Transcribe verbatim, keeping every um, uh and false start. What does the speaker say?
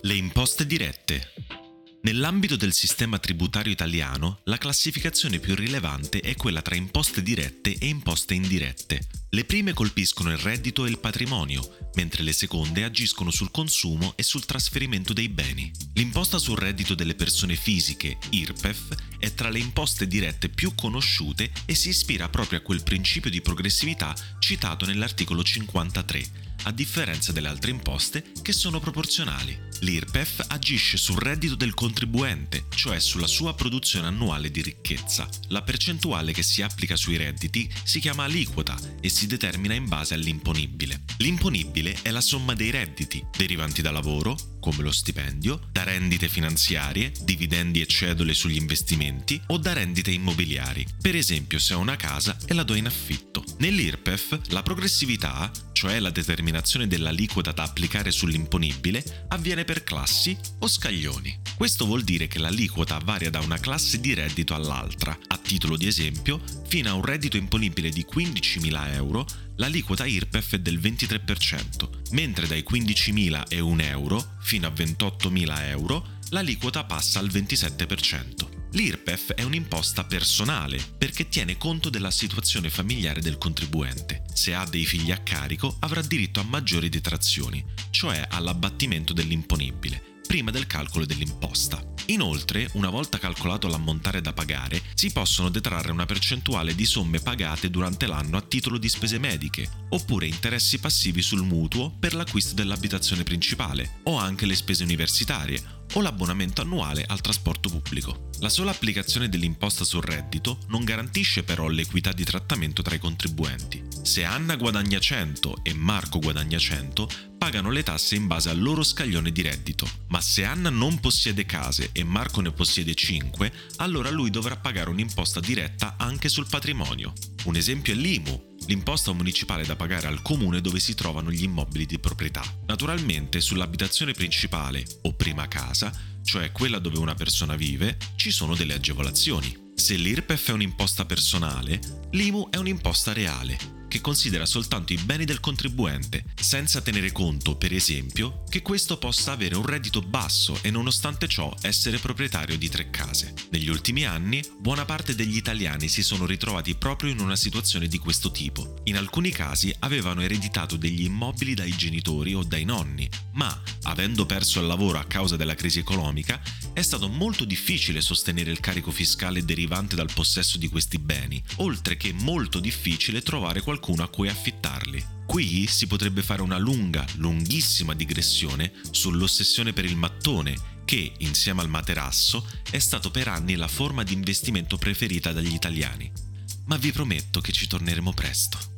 Le imposte dirette. Nell'ambito del sistema tributario italiano, la classificazione più rilevante è quella tra imposte dirette e imposte indirette. Le prime colpiscono il reddito e il patrimonio, mentre le seconde agiscono sul consumo e sul trasferimento dei beni. L'imposta sul reddito delle persone fisiche, I R P E F, è tra le imposte dirette più conosciute e si ispira proprio a quel principio di progressività citato nell'articolo cinquantatré, a differenza delle altre imposte che sono proporzionali. L'I R P E F agisce sul reddito del contribuente, cioè sulla sua produzione annuale di ricchezza. La percentuale che si applica sui redditi si chiama aliquota e si determina in base all'imponibile. L'imponibile è la somma dei redditi derivanti da lavoro, come lo stipendio, da rendite finanziarie, dividendi e cedole sugli investimenti o da rendite immobiliari, per esempio se ho una casa e la do in affitto. Nell'I R P E F la progressività, cioè la determinazione dell'aliquota da applicare sull'imponibile, avviene per classi o scaglioni. Questo vuol dire che l'aliquota varia da una classe di reddito all'altra. A titolo di esempio, fino a un reddito imponibile di quindicimila euro, l'aliquota I R P E F è del ventitré per cento, mentre dai quindicimila e un euro fino a ventottomila euro l'aliquota passa al ventisette per cento. L'I R P E F è un'imposta personale perché tiene conto della situazione familiare del contribuente. Se ha dei figli a carico avrà diritto a maggiori detrazioni, cioè all'abbattimento dell'imponibile, prima del calcolo dell'imposta. Inoltre, una volta calcolato l'ammontare da pagare, si possono detrarre una percentuale di somme pagate durante l'anno a titolo di spese mediche, oppure interessi passivi sul mutuo per l'acquisto dell'abitazione principale, o anche le spese universitarie, o l'abbonamento annuale al trasporto pubblico. La sola applicazione dell'imposta sul reddito non garantisce però l'equità di trattamento tra i contribuenti. Se Anna guadagna cento e Marco guadagna cento, pagano le tasse in base al loro scaglione di reddito, ma se Anna non possiede case e Marco ne possiede cinque, allora lui dovrà pagare un'imposta diretta anche sul patrimonio. Un esempio è l'I M U, l'imposta municipale da pagare al comune dove si trovano gli immobili di proprietà. Naturalmente sull'abitazione principale o prima casa, cioè quella dove una persona vive, ci sono delle agevolazioni. Se l'I R P E F è un'imposta personale, l'I M U è un'imposta reale, che considera soltanto i beni del contribuente, senza tenere conto, per esempio, che questo possa avere un reddito basso e nonostante ciò essere proprietario di tre case. Negli ultimi anni, buona parte degli italiani si sono ritrovati proprio in una situazione di questo tipo. In alcuni casi avevano ereditato degli immobili dai genitori o dai nonni, ma, avendo perso il lavoro a causa della crisi economica, è stato molto difficile sostenere il carico fiscale derivante dal possesso di questi beni, oltre che molto difficile trovare qualcuno a cui affittarli. Qui si potrebbe fare una lunga, lunghissima digressione sull'ossessione per il mattone, che, insieme al materasso, è stato per anni la forma di investimento preferita dagli italiani. Ma vi prometto che ci torneremo presto.